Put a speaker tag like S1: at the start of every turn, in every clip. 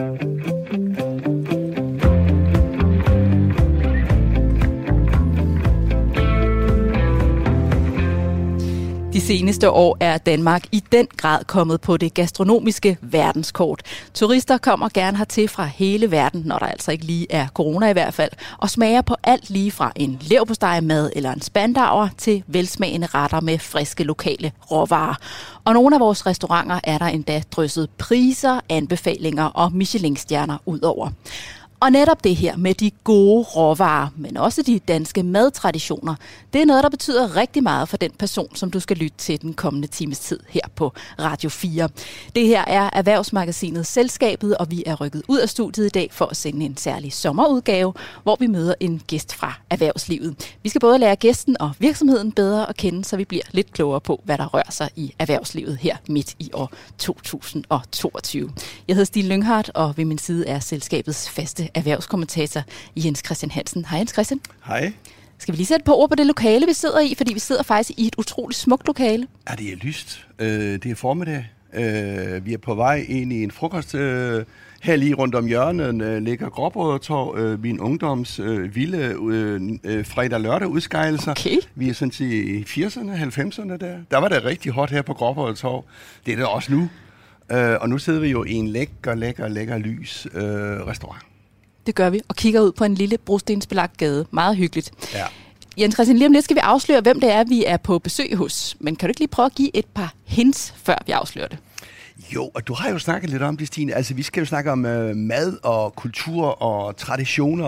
S1: De seneste år er Danmark i den grad kommet på det gastronomiske verdenskort. Turister kommer gerne hertil fra hele verden, når der altså ikke lige er corona i hvert fald, og smager på alt lige fra en leverpostejmad eller en spandauer til velsmagende retter med friske lokale råvarer. Og nogle af vores restauranter er der endda drysset priser, anbefalinger og Michelin-stjerner ud over. Og netop det her med de gode råvarer, men også de danske madtraditioner, det er noget, der betyder rigtig meget for den person, som du skal lytte til den kommende times tid her på Radio 4. Det her er Erhvervsmagasinet Selskabet, og vi er rykket ud af studiet i dag for at sende en særlig sommerudgave, hvor vi møder en gæst fra erhvervslivet. Vi skal både lære gæsten og virksomheden bedre at kende, så vi bliver lidt klogere på, hvad der rører sig i erhvervslivet her midt i år 2022. Jeg hedder Stine Lynghardt, og ved min side er selskabets faste erhvervskommentator Jens Christian Hansen. Hej Jens Christian.
S2: Hej.
S1: Skal vi lige sætte på ord på det lokale, vi sidder i? Fordi vi sidder faktisk i et utroligt smukt lokale.
S2: Ja, det er lyst. Det er formiddag. Vi er på vej ind i en frokost. Her lige rundt om hjørnet ligger Gråbrødretorv, min ungdoms vilde fredag-lørdag udskejelser.
S1: Okay.
S2: Vi er sådan i 80'erne, 90'erne der. Der var det rigtig hot her på Gråbrødretorv. Det er det også nu. Og nu sidder vi jo i en lækker lys restaurant.
S1: Det gør vi, og kigger ud på en lille brostensbelagt gade. Meget hyggeligt.
S2: Ja.
S1: Jens Christian, lige om lidt skal vi afsløre, hvem det er, vi er på besøg hos. Men kan du ikke lige prøve at give et par hints, før vi afslører det?
S2: Jo, og du har jo snakket lidt om det, Stine. Altså, vi skal jo snakke om mad og kultur og traditioner.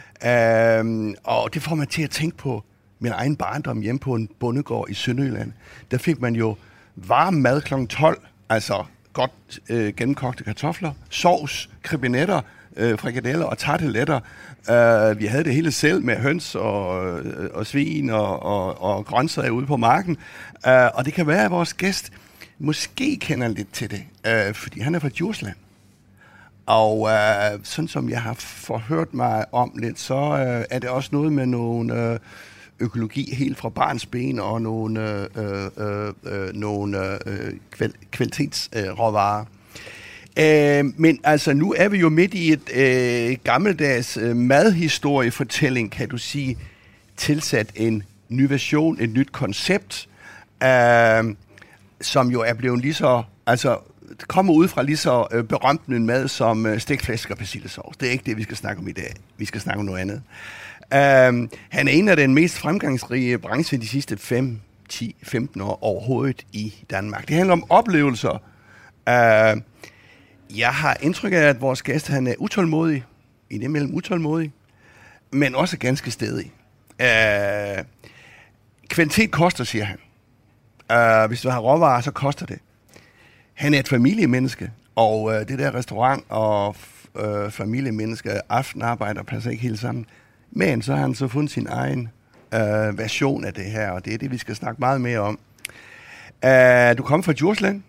S2: Og det får man til at tænke på min egen barndom hjemme på en bondegård i Sønderjylland. Der fik man jo varm mad kl. 12, altså godt gennemkogte kartofler, sovs, krebinetter, frikadeller og tarteletter. Vi havde det hele selv med høns og svin og grøntsager ude på marken. Og det kan være, at vores gæst måske kender lidt til det, fordi han er fra Djursland. Og sådan som jeg har forhørt mig om lidt, så er det også noget med nogle økologi helt fra barnsben og nogle kvalitetsråvarer. Men altså, nu er vi jo midt i et gammeldags madhistoriefortælling, kan du sige, tilsat en ny version, et nyt koncept, som jo er blevet lige så, altså, kommer ud fra lige så berømt en mad som stegt flæsk og persillesovs. Det er ikke det, vi skal snakke om i dag. Vi skal snakke om noget andet. Han er en af den mest fremgangsrige branche de sidste 5, 10, 15 år overhovedet i Danmark. Det handler om oplevelser. Jeg har indtryk af, at vores gæst, han er utålmodig, indimellem utålmodig, men også ganske stædig. Kvalitet koster, siger han. Hvis du har råvarer, så koster det. Han er et familiemenneske, og det der restaurant og familiemenneske, aftenarbejder passer ikke helt sammen. Men så har han så fundet sin egen version af det her, og det er det, vi skal snakke meget mere om. Du kommer fra Djursland.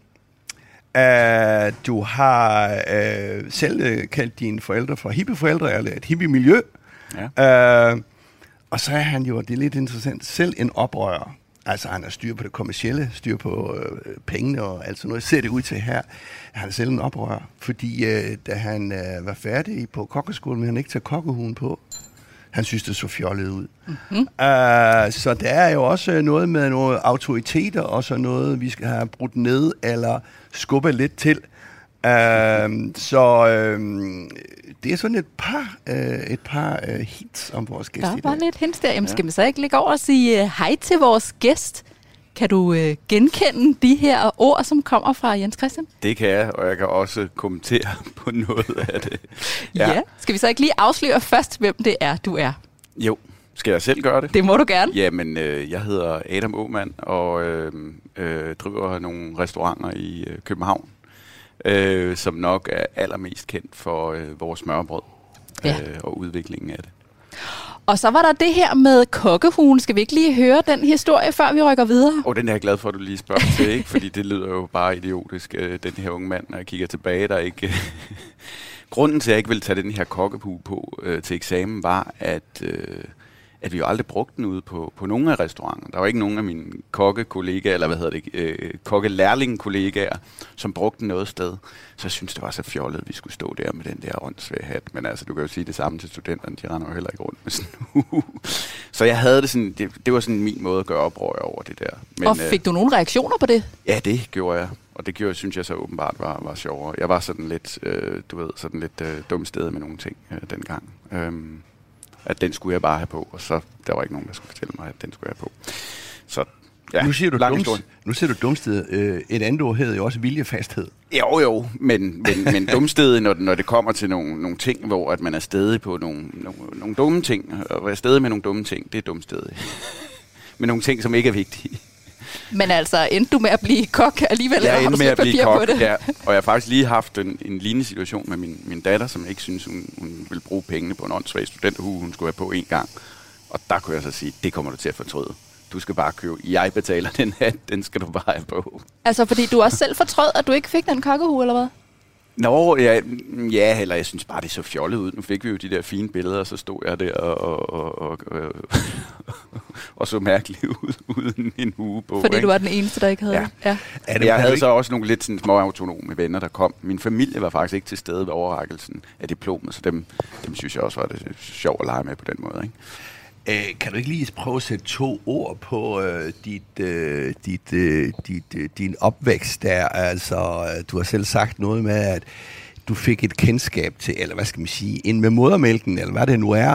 S2: Du har selv kaldt dine forældre for hippieforældre, eller et hippie-miljø. Ja. Og så er han jo, det er lidt interessant, selv en oprører. Altså han har styr på det kommercielle, styr på pengene og alt sådan noget. Ser det ud til her. Han er selv en oprører, fordi da han var færdig på kokkeskolen, ville han ikke tage kokkehuen på. Han synes, det så fjollet ud. Mm-hmm. Så der er jo også noget med nogle autoriteter, og så noget, vi skal have brudt ned, eller skubbe lidt til. Det er sådan et par hits om vores gæst.
S1: Der var lidt hints der. Jamen, skal vi så ikke lægge over og sige hej til vores gæst? Kan du genkende de her ord, som kommer fra Jens Christian?
S3: Det kan jeg, og jeg kan også kommentere på noget af det.
S1: Ja. Skal vi så ikke lige afsløre først, hvem det er, du er?
S3: Jo. Skal jeg selv gøre det?
S1: Det må du gerne.
S3: Jamen, jeg hedder Adam Aamand og driver nogle restauranter i København, som nok er allermest kendt for vores smørrebrød og udviklingen af det.
S1: Og så var der det her med kokkehuen. Skal vi ikke lige høre den historie, før vi rykker videre?
S3: Den er jeg glad for, at du lige spørger til, ikke? Fordi det lyder jo bare idiotisk, den her unge mand, når jeg kigger tilbage, der ikke... Grunden til, at jeg ikke ville tage den her kokkehue på til eksamen, var, at vi jo aldrig brugte den ude på nogen af restauranterne. Der var ikke nogen af mine kokkekollegaer, eller kokkelærlingekollegaer, som brugte den noget sted. Så jeg synes, det var så fjollet, at vi skulle stå der med den der åndssvage hat. Men altså, du kan jo sige det samme til studenterne, de render jo heller ikke rundt med sådan. Så jeg havde det sådan, det var sådan min måde at gøre oprør over det der. Men,
S1: og fik du nogle reaktioner på det?
S3: Ja, det gjorde jeg. Og det synes jeg så åbenbart var sjovere. Jeg var sådan lidt, dumsted med nogle ting dengang. At den skulle jeg bare have på, og så der var ikke nogen, der skulle fortælle mig, at den skulle jeg have på. Så ja,
S2: nu siger du dumsted. Et andet ord hedder jo også viljefasthed.
S3: Jo, men dumsted, når det kommer til nogle ting, hvor at man er stedig på nogle dumme ting, og være stedig med nogle dumme ting, det er dumsted. Med nogle ting, som ikke er vigtige.
S1: Men altså, endte du med at blive kok alligevel?
S3: Jeg endte med at blive kok, ja. Og jeg har faktisk lige haft en lignende situation med min datter, som ikke synes, hun ville bruge pengene på en åndssvag studenterhue, hun skulle have på en gang. Og der kunne jeg så sige, det kommer du til at fortryde. Du skal bare købe, jeg betaler den hat, den skal du bare have på.
S1: Altså, fordi du også selv fortrød, at du ikke fik den kokkehue, eller hvad?
S3: Nå, ja, eller jeg synes bare, det så fjollet ud. Nu fik vi jo de der fine billeder, og så stod jeg der og så mærkeligt ud, uden en hue på.
S1: Fordi ikke? Du var den eneste, der ikke havde
S3: ja. Jeg havde så også nogle lidt sådan små autonome venner, der kom. Min familie var faktisk ikke til stede ved overrækkelsen af diplomet, så dem synes jeg også var det sjovt at lege med på den måde, ikke?
S2: Kan du ikke lige prøve at sætte 2 ord på din opvækst der? Altså, du har selv sagt noget med, at du fik et kendskab til, eller hvad skal man sige, ind med modermælken, eller hvad det nu er,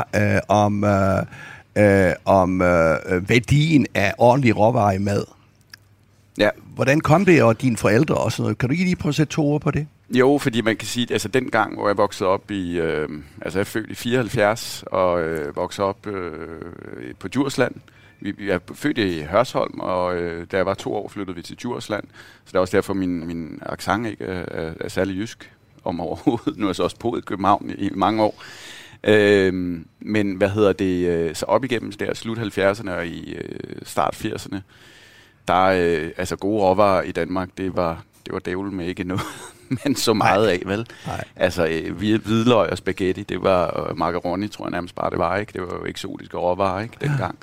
S2: om værdien af ordentlig råvarer i mad.
S3: Ja.
S2: Hvordan kom det, og dine forældre og sådan noget? Kan du ikke lige prøve at sætte 2 ord på det?
S3: Jo, fordi man kan sige, altså den gang, hvor jeg voksede op i, jeg er født i 74, og voksede op på Djursland. Jeg er født i Hørsholm, og da jeg var 2 år, flyttede vi til Djursland. Så det er også derfor, min accent ikke er særlig jysk om overhovedet. Nu er jeg så også boet i København i mange år. Men så op igennem der slut 70'erne og i start 80'erne, der gode råvarer i Danmark, det var dævlen med ikke noget, men så meget af, vel? Nej. Altså hvidløg og spaghetti, det var macaroni, tror jeg nærmest bare det var, ikke? Det var jo eksotiske råvarer, ikke, dengang.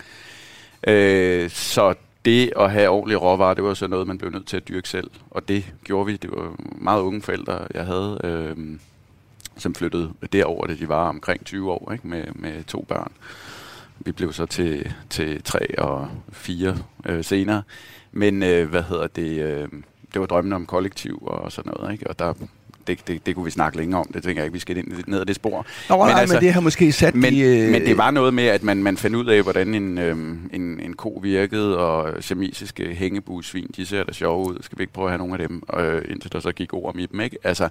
S3: Så det at have ordentlige råvarer, det var så noget, man blev nødt til at dyrke selv, og det gjorde vi. Det var meget unge forældre, jeg havde, som flyttede derover, da de var omkring 20 år, ikke? Med 2 børn. Vi blev så til 3 og 4 senere. Men det var drømmene om kollektiv og sådan noget, ikke? Og det kunne vi snakke længere om. Det tænker jeg ikke, vi skal ned ad det spor.
S2: Men det har måske sat
S3: men det var noget med, at man fandt ud af, hvordan en ko virkede, og siamesiske hængebuesvin, de ser da sjove ud. Skal vi ikke prøve at have nogle af dem, indtil der så gik ord om i dem, ikke? Altså,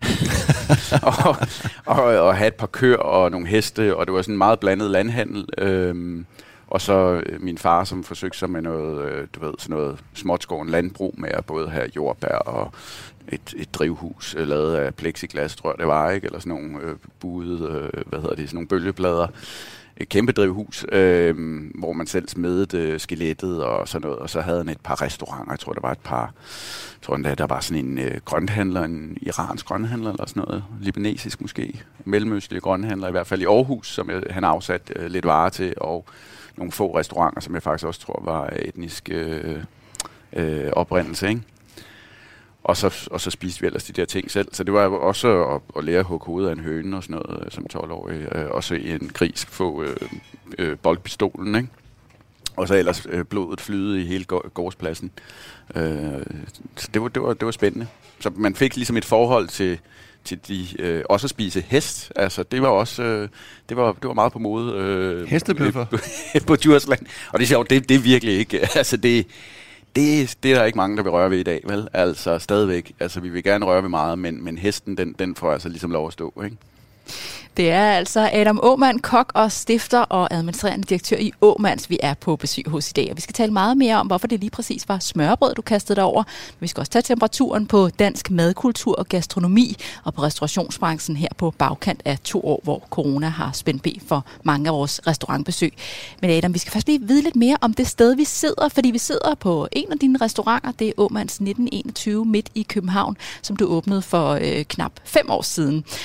S3: og have et par køer og nogle heste, og det var sådan en meget blandet landhandel. Og så min far, som forsøgte sig med noget, sådan noget småtskåren landbrug med at både have jordbær og et drivhus lavet af plexiglas, tror jeg det var, ikke? Eller sådan nogle buede, sådan nogle bølgeplader. Et kæmpe drivhus, hvor man selv smedede skelettet og sådan noget. Og så havde han et par restauranter. Jeg tror, der var et par... der var sådan en grønthandler, en iransk grønthandler eller sådan noget. Libanesisk måske. Mellemøstlige grønthandler, i hvert fald i Aarhus, som han afsat lidt varer til. Og nogle få restauranter, som jeg faktisk også tror var etnisk oprindelse, ikke? Og så spiste vi ellers de der ting selv. Så det var også at lære at hugge hovedet af en høne og sådan noget som 12-årig. Også i en gris få boldpistolen, ikke? Og så ellers blodet flyde i hele gårdspladsen. Så det var spændende. Så man fik ligesom et forhold til de også at spise hest. Altså det var også det var meget på mode.
S2: Hestebøffer
S3: på Djursland. Og det er sjovt, det er virkelig ikke. Altså det er der ikke mange, der vil røre ved i dag, vel? Altså stadigvæk. Altså vi vil gerne røre ved meget, men hesten, den får altså ligesom lov at stå, ikke?
S1: Det er altså Adam Aamand, kok og stifter og administrerende direktør i Aamans, vi er på besøg hos i dag. Og vi skal tale meget mere om, hvorfor det lige præcis var smørbrød, du kastede dig over. Men vi skal også tage temperaturen på dansk madkultur og gastronomi og på restaurationsbranchen her på bagkant af 2 år, hvor corona har spændt ben for mange af vores restaurantbesøg. Men Adam, vi skal først lige vide lidt mere om det sted, vi sidder, fordi vi sidder på en af dine restauranter. Det er Aamans 1921 midt i København, som du åbnede for knap 5 år siden.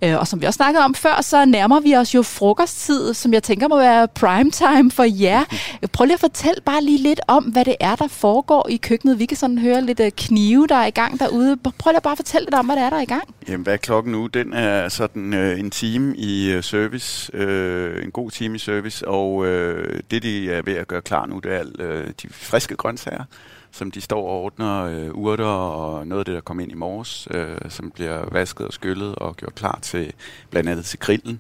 S1: Og som vi også snakkede om før, så nærmer vi os jo frokosttid, som jeg tænker må være primetime for jer. Prøv lige at fortælle bare lige lidt om, hvad det er, der foregår i køkkenet. Vi kan sådan høre lidt knive, der er i gang derude. Prøv lige at bare fortælle lidt om, hvad det er, der er i gang.
S3: Jamen, hvad er klokken nu? Den er sådan en time i service, en god time i service, og det, de er ved at gøre klar nu, det er de friske grøntsager, som de står og ordner, urter og noget af det, der kom ind i morges, som bliver vasket og skyllet og gjort klar til blandt andet til grillen.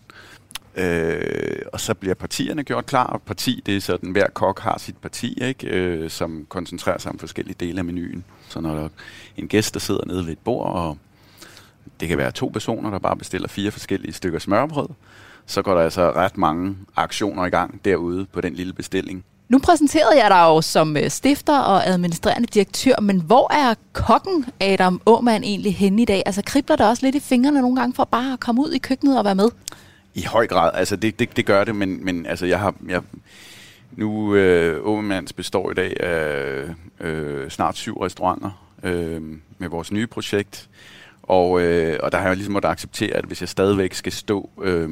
S3: Og så bliver partierne gjort klar, og parti, det er sådan, hver kok har sit parti, ikke? Som koncentrerer sig om forskellige dele af menuen. Så når der er en gæst, der sidder nede ved et bord, og det kan være 2 personer, der bare bestiller 4 forskellige stykker smørrebrød, så går der altså ret mange aktioner i gang derude på den lille bestilling.
S1: Nu præsenterede jeg dig jo som stifter og administrerende direktør, men hvor er kokken Adam Aamand egentlig henne i dag? Altså kribler der også lidt i fingrene nogle gange for bare at komme ud i køkkenet og være med?
S3: I høj grad, altså det gør det, men altså nu Aamands består i dag af snart 7 restauranter med vores nye projekt, og der har jeg ligesom måttet acceptere, at hvis jeg stadigvæk skal stå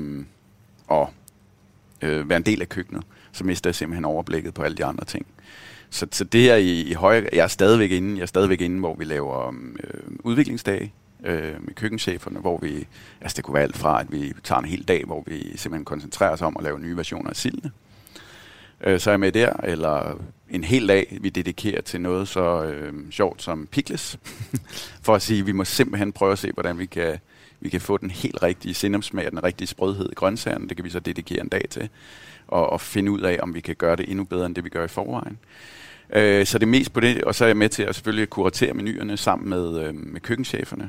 S3: og være en del af køkkenet, så mister jeg simpelthen overblikket på alle de andre ting. Så det er i højere... Jeg er stadigvæk inde, hvor vi laver udviklingsdage med køkkencheferne, hvor vi... Altså det kunne være alt fra, at vi tager en hel dag, hvor vi simpelthen koncentrerer os om at lave nye versioner af sildene. Så er jeg med der, eller en hel dag, vi dedikerer til noget så sjovt som pickles. For at sige, at vi må simpelthen prøve at se, hvordan vi kan få den helt rigtige sindemsmag, den rigtige sprødhed i grøntsagerne. Det kan vi så dedikere en dag til. Og finde ud af, om vi kan gøre det endnu bedre, end det vi gør i forvejen. Så det er mest på det, og så er jeg med til at selvfølgelig kuratere menuerne sammen med køkkencheferne.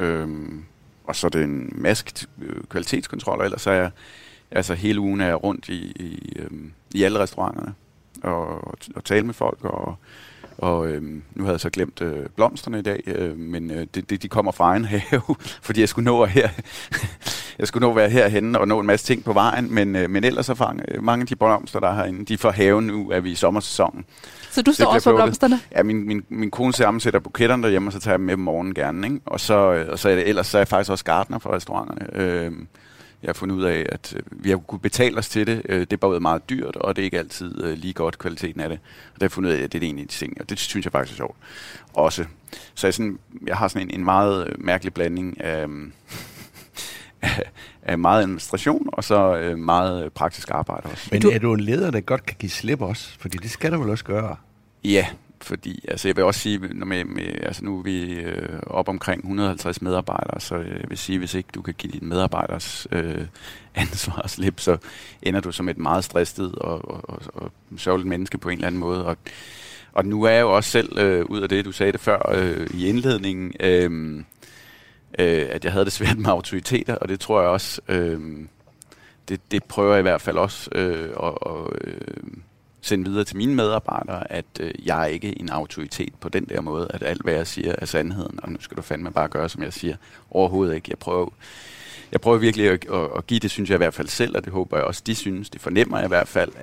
S3: Og så er det en masse kvalitetskontrol, og ellers er jeg altså hele ugen er jeg rundt i alle restauranterne og tale med folk, og nu havde jeg så glemt blomsterne i dag, men de kommer fra egen have, fordi jeg skulle nå at være herhenne og nå en masse ting på vejen, men ellers så mange af de blomster, der er herinde, de får haven. Nu er vi i sommersæsonen.
S1: Så du står også for blomsterne?
S3: Ja, min kone sammensætter buketterne derhjemme, og så tager jeg dem med om morgenen gerne, ikke? Og så er det, ellers så er jeg faktisk også gartner for restauranterne. Jeg har fundet ud af, at vi har kunnet betale os til det. Det er bare meget dyrt, og det er ikke altid lige godt kvaliteten af det. Og der har jeg fundet ud af, at det er en af de ting, og det synes jeg faktisk er sjovt også. Så jeg har sådan en meget mærkelig blanding af meget administration, og så meget praktisk arbejde også.
S2: Men er du en leder, der godt kan give slip også? Fordi det skal du vel også gøre?
S3: Ja, fordi altså jeg vil også sige, altså nu er vi op omkring 150 medarbejdere, så jeg vil sige, hvis ikke du kan give dine medarbejders ansvar slip, så ender du som et meget stresset og sørgeligt menneske på en eller anden måde. Og nu er jeg jo også selv, ud af det, du sagde det før i indledningen, at jeg havde det svært med autoriteter, og det tror jeg også, det prøver jeg i hvert fald også at sende videre til mine medarbejdere, at jeg er ikke en autoritet på den der måde, at alt hvad jeg siger er sandheden, og nu skal du fandme bare gøre, som jeg siger. Overhovedet ikke. Jeg prøver virkelig at give det, synes jeg i hvert fald selv, og det håber jeg også, de synes. Det fornemmer jeg i hvert fald,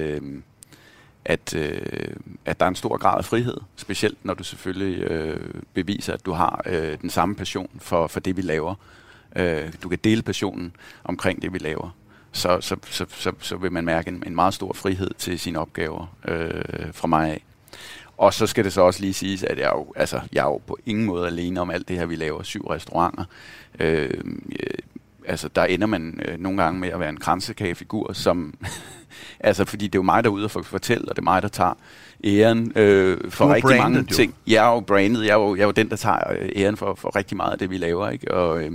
S3: at der er en stor grad af frihed, specielt når du selvfølgelig beviser, at du har den samme passion for det, vi laver. Du kan dele passionen omkring det, vi laver. Så vil man mærke en meget stor frihed til sine opgaver fra mig af. Og så skal det så også lige siges, at jeg er jo på ingen måde alene om alt det her, vi laver 7 restauranter. Der ender man nogle gange med at være en kransekagefigur, som fordi det er jo mig, der er ude og fortælle, og det er mig, der tager æren for rigtig mange ting. Jeg er jo brandet, jeg er jo den, der tager æren for rigtig meget af det, vi laver, ikke?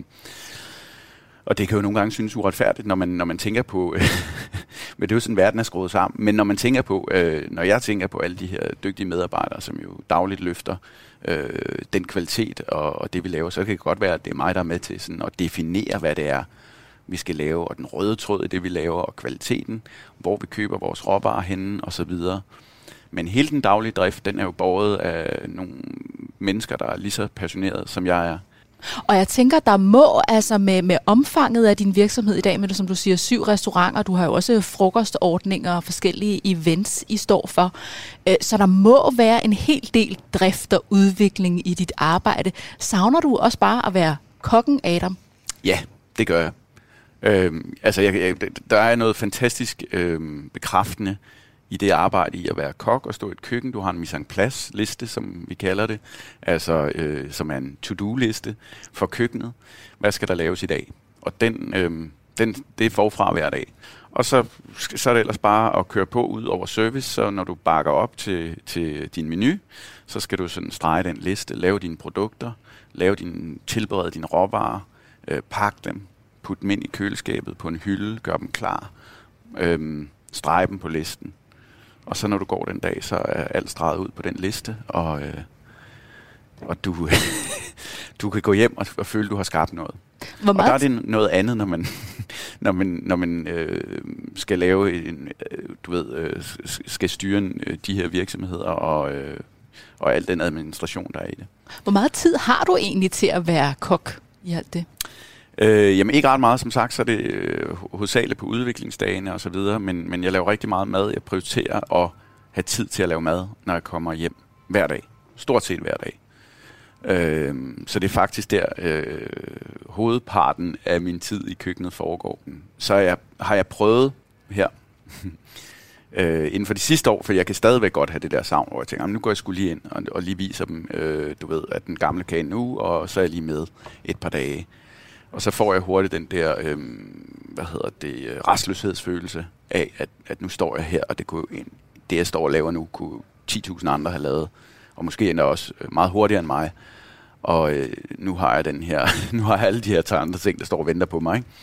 S3: Og det kan jo nogle gange synes uretfærdigt, når man tænker på, men det er jo sådan, verden er skruet sammen, men når man tænker på, når jeg tænker på alle de her dygtige medarbejdere, som jo dagligt løfter den kvalitet og det, vi laver, så kan det godt være, at det er mig, der er med til sådan at definere, hvad det er, vi skal lave, og den røde tråd i det, vi laver, og kvaliteten, hvor vi køber vores råvarer henne, og så videre. Men hele den daglige drift, den er jo båret af nogle mennesker, der er lige så passionerede, som jeg er.
S1: Og jeg tænker, der må altså med omfanget af din virksomhed i dag, med det, som du siger, 7 restauranter, du har jo også frokostordninger og forskellige events, I står for. Så der må være en hel del drift og udvikling i dit arbejde. Savner du også bare at være kokken, Adam?
S3: Ja, Det gør jeg. Der er noget fantastisk bekræftende i det arbejde i at være kok og stå i et køkken. Du har en mise en place liste, som vi kalder det, altså som er en to-do-liste for køkkenet. Hvad skal der laves i dag? Og det er forfra hver dag. Og så er det ellers bare at køre på ud over service, så når du bakker op til din menu, så skal du sådan strege den liste, lave dine produkter, tilberede dine råvarer, pakke dem, putte dem ind i køleskabet på en hylde, gør dem klar, strege dem på listen. Og så når du går den dag, så er alt streget ud på den liste, og du kan gå hjem og føle, du har skabt noget. Og der er det noget andet, når man skal lave skal styre de her virksomheder og al den administration, der er i det.
S1: Hvor meget tid har du egentlig til at være kok i alt det?
S3: Jamen ikke ret meget, som sagt, så er det hovedsageligt på udviklingsdagene og så videre, men jeg laver rigtig meget mad. Jeg prioriterer at have tid til at lave mad, når jeg kommer hjem hver dag. Stort set hver dag. Så det er faktisk der hovedparten af min tid i køkkenet foregår. Så har jeg prøvet her inden for de sidste år, for jeg kan stadigvæk godt have det der savn, hvor jeg tænker, nu går jeg sgu lige ind og lige viser dem, at den gamle kan nu, og så er jeg lige med et par dage. Og så får jeg hurtigt den der, restløshedsfølelse af, at nu står jeg her, og det jeg står og laver nu, kunne 10.000 andre have lavet, og måske endda også meget hurtigere end mig. Og nu har jeg alle de her andre ting, der står og venter på mig. Ikke?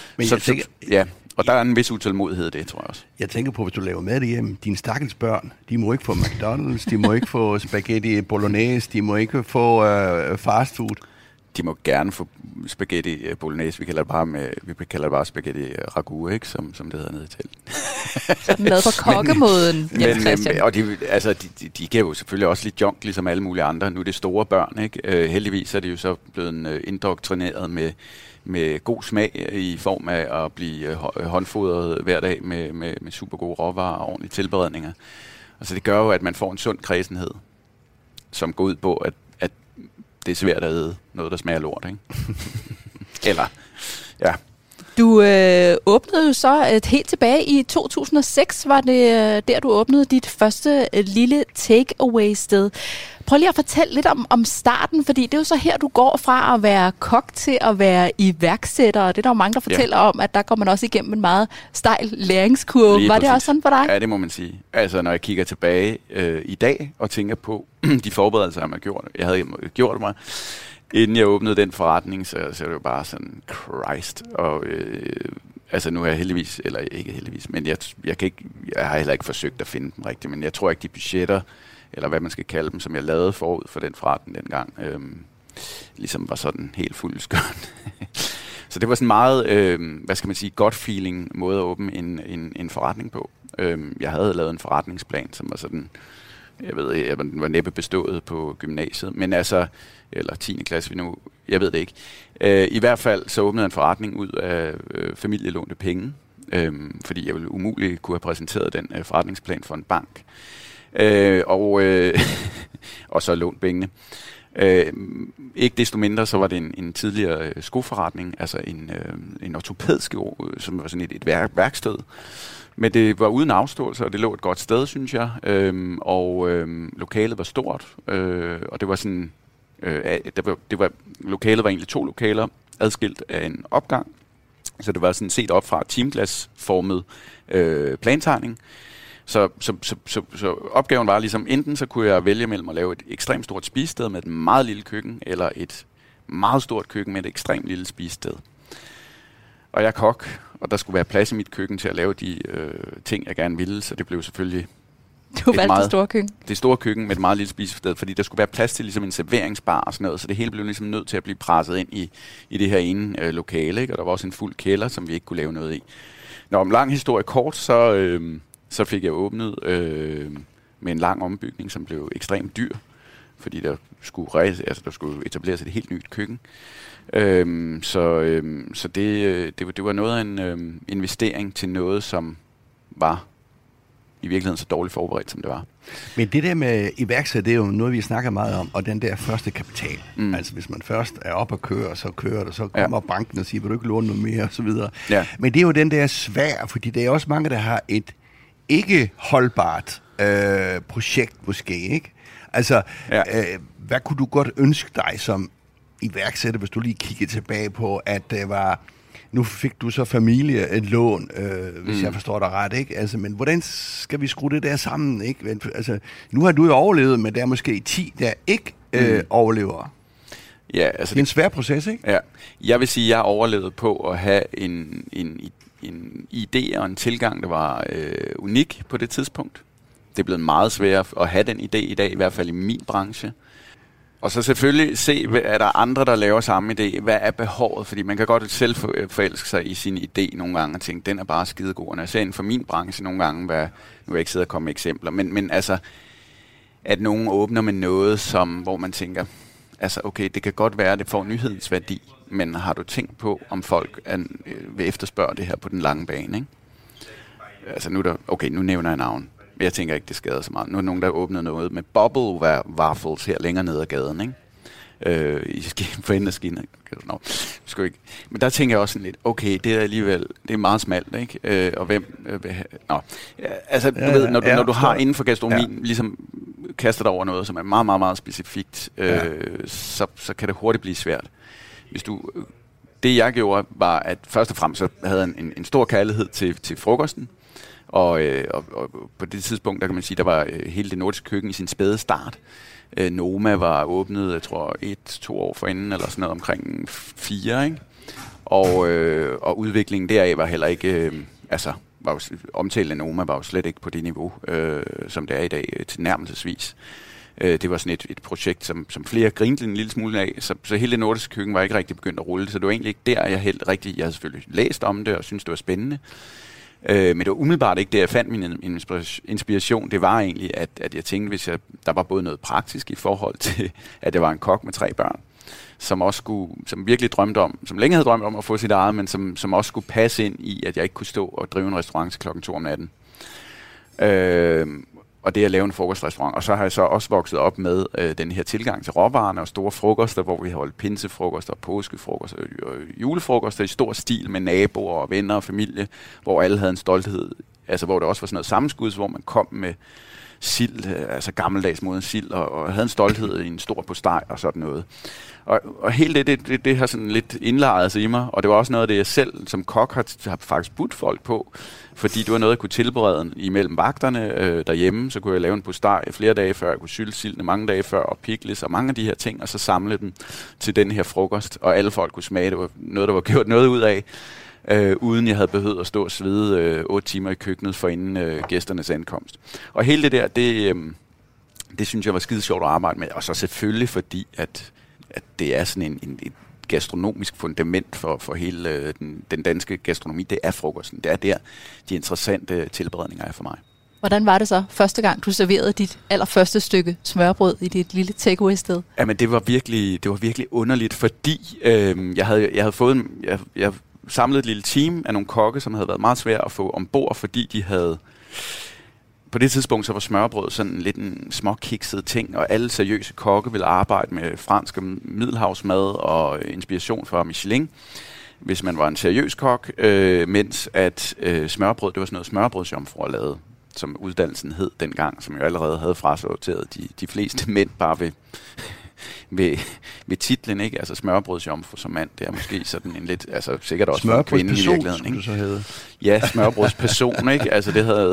S3: Men og der er en vis utålmodighed i det, tror jeg også.
S2: Jeg tænker på, hvis du laver mad derhjemme, dine stakkels børn, de må ikke få McDonald's, de må ikke få spaghetti bolognese, de må ikke få fast food.
S3: De må gerne få spaghetti bolognese. Vi kalder det bare spaghetti ragu, ikke? Som det hedder nede i Italien.
S1: Sådan lavet på kokkemåden, Jens Christian.
S3: Og de giver jo selvfølgelig også lidt junk, ligesom alle mulige andre. Nu er det store børn, ikke? Heldigvis er de jo så blevet indoktrineret med god smag i form af at blive håndfodret hver dag med super gode råvarer og ordentlige tilberedninger. Altså det gør jo, at man får en sund kredsenhed, som går ud på, at det er svært at æde noget, der smager lort, ikke? Eller, ja.
S1: Du åbnede jo så helt tilbage i 2006, var det der, du åbnede dit første lille take-away-sted. Prøv lige at fortælle lidt om starten, fordi det er jo så her, du går fra at være kok til at være iværksætter, og det er der jo mange, der fortæller om, at der går man også igennem en meget stejl læringskurve. Lige var præcis. Det også sådan for dig?
S3: Ja, det må man sige. Altså, når jeg kigger tilbage i dag og tænker på de forberedelser, jeg havde gjort mig, inden jeg åbnede den forretning, så er det jo bare sådan, Christ. Og nu er jeg heldigvis, eller ikke heldigvis, men jeg har heller ikke forsøgt at finde dem rigtigt, men jeg tror ikke, de budgetter, eller hvad man skal kalde dem, som jeg lavede forud for den forretning dengang, ligesom var sådan helt fuldskørt. Så det var sådan meget, godt feeling måde at åbne en forretning på. Jeg havde lavet en forretningsplan, som var sådan, jeg var næppe bestået på gymnasiet, men altså, eller 10. klasse nu, jeg ved det ikke. I hvert fald så åbnede jeg en forretning ud af familielånte penge, fordi jeg ville umuligt kunne have præsenteret den forretningsplan for en bank. Og så lånt pengene. Ikke desto mindre, så var det en tidligere skoforretning, altså en ortopædsko, som var sådan et værksted. Men det var uden afståelse, og det lå et godt sted, synes jeg. Lokalet var stort, og det var sådan... Lokalet var egentlig 2 lokaler, adskilt af en opgang. Så det var sådan set op fra timeglasformet plantegning. Så opgaven var ligesom, enten så kunne jeg vælge mellem at lave et ekstremt stort spisested med et meget lille køkken, eller et meget stort køkken med et ekstremt lille spisested. Og jeg er kok, og der skulle være plads i mit køkken til at lave de ting, jeg gerne ville, så det blev selvfølgelig...
S1: Du valgte det store køkken?
S3: Det store køkken med et meget lille spisested, fordi der skulle være plads til ligesom en serveringsbar og sådan noget, så det hele blev ligesom nødt til at blive presset ind i det her ene lokale, ikke? Og der var også en fuld kælder, som vi ikke kunne lave noget i. Når om lang historie kort, så fik jeg åbnet med en lang ombygning, som blev ekstremt dyr, fordi der skulle etableres et helt nyt køkken. Så det var noget af en investering til noget, som var i virkeligheden så dårligt forberedt, som det var.
S2: Men det der med iværksætter, det er jo noget, vi snakker meget om, og den der første kapital. Altså hvis man først er op og kører, så kører det, så kommer banken og siger, vil du ikke låne noget mere, og så videre. Ja. Men det er jo den der svær, fordi der er også mange, der har et ikke holdbart projekt måske, ikke? Altså, hvad kunne du godt ønske dig som iværksætter, hvis du lige kiggede tilbage på, at det var... Nu fik du så familie et lån, hvis jeg forstår dig ret, ikke? Altså, men hvordan skal vi skrue det der sammen, ikke? Altså, nu har du jo overlevet, men der er måske 10, der ikke overlever.
S3: Ja, altså...
S2: Det er en svær proces, ikke?
S3: Ja. Jeg vil sige, at jeg overlevede på at have en idé og en tilgang, der var unik på det tidspunkt. Det er blevet meget sværere at have den idé i dag, i hvert fald i min branche. Og så selvfølgelig se, er der andre, der laver samme idé? Hvad er behovet? Fordi man kan godt selv forelske sig i sin idé nogle gange og tænke, den er bare skidegod. Og jeg ser inden for min branche nogle gange, nu vil jeg ikke sidde og komme med eksempler, men altså, at nogen åbner med noget, hvor man tænker, altså okay, det kan godt være, at det får nyhedens værdi, men har du tænkt på, om folk vil efterspørge det her på den lange bane, ikke? Altså nu nævner jeg navn. Jeg tænker ikke, det skader så meget. Nu er nogen, der har åbnet noget med bubble waffles her længere nede ad gaden, ikke? I forændreskiner. Men der tænker jeg også sådan lidt, okay, det er alligevel, det er meget smalt, ikke? Og hvem vil have... Altså, du ved, når du har inden for gastronomien, ligesom kaster dig over noget, som er meget, meget, meget specifikt, så kan det hurtigt blive svært. Det jeg gjorde, var, at først og fremmest så havde jeg en stor kærlighed til frokosten. Og på det tidspunkt, der kan man sige, der var hele det nordiske køkken i sin spæde start. Noma var åbnet, jeg tror, 1-2 år forinden, eller sådan noget omkring 4, ikke? Og udviklingen deraf var heller ikke, omtalen af Noma var jo slet ikke på det niveau, som det er i dag, tilnærmelsesvis. Det var sådan et projekt, som flere grinte en lille smule af, så hele det nordiske køkken var ikke rigtig begyndt at rulle. Så det var egentlig ikke der, jeg havde selvfølgelig læst om det, og syntes, det var spændende. Men det var umiddelbart ikke det, jeg fandt min inspiration. Det var egentlig, at jeg tænkte, hvis der var både noget praktisk i forhold til, at jeg var en kok med 3 børn, som virkelig drømte om, som længe havde drømt om at få sit eget, men som også skulle passe ind i, at jeg ikke kunne stå og drive en restaurant til 2:00 om natten. Og det at lave en frokostrestaurant. Og så har jeg så også vokset op med den her tilgang til råvarerne og store frokoster, hvor vi holdt pinsefrokoster, påskefrokoster og julefrokoster i stor stil med naboer og venner og familie, hvor alle havde en stolthed. Altså hvor det også var sådan noget sammenskud, hvor man kom med sild, altså gammeldags moden sild, og havde en stolthed i en stor postej og sådan noget. Og hele det har sådan lidt indlejret sig i mig, og det var også noget af det, jeg selv som kok har faktisk budt folk på, fordi det var noget, jeg kunne tilberede imellem vagterne derhjemme, så kunne jeg lave en postej flere dage før, jeg kunne sylte sildene mange dage før, og pickles og mange af de her ting, og så samle dem til den her frokost, og alle folk kunne smage, det var noget, der var gjort noget ud af, uden jeg havde behøvet at stå og svede 8 timer i køkkenet for inden gæsternes ankomst. Og hele det der, det synes jeg var skide sjovt at arbejde med, og så selvfølgelig fordi, at det er sådan et gastronomisk fundament for hele den danske gastronomi. Det er frokosten. Det er der, de interessante tilberedninger er for mig.
S1: Hvordan var det så første gang, du serverede dit allerførste stykke smørbrød i dit lille takeaway-sted?
S3: Jamen, det var virkelig underligt, fordi jeg samlede et lille team af nogle kokke, som havde været meget svært at få ombord, fordi de havde... På det tidspunkt så var smørbrød sådan lidt en småkikset ting, og alle seriøse kokke ville arbejde med fransk og middelhavsmad og inspiration fra Michelin, hvis man var en seriøs kok, mens at smørbrød, det var sådan noget smørbrødsjomfruer lavede, som uddannelsen hed dengang, som jo allerede havde frasorteret de fleste mænd bare ved titlen, ikke? Altså smørbrødsjomfru som mand, det er måske sådan en lidt, altså sikkert også for en kvinde i virkeligheden, ikke?
S2: Du så hedder.
S3: Ja, smørbrødsperson, ikke? Altså det havde...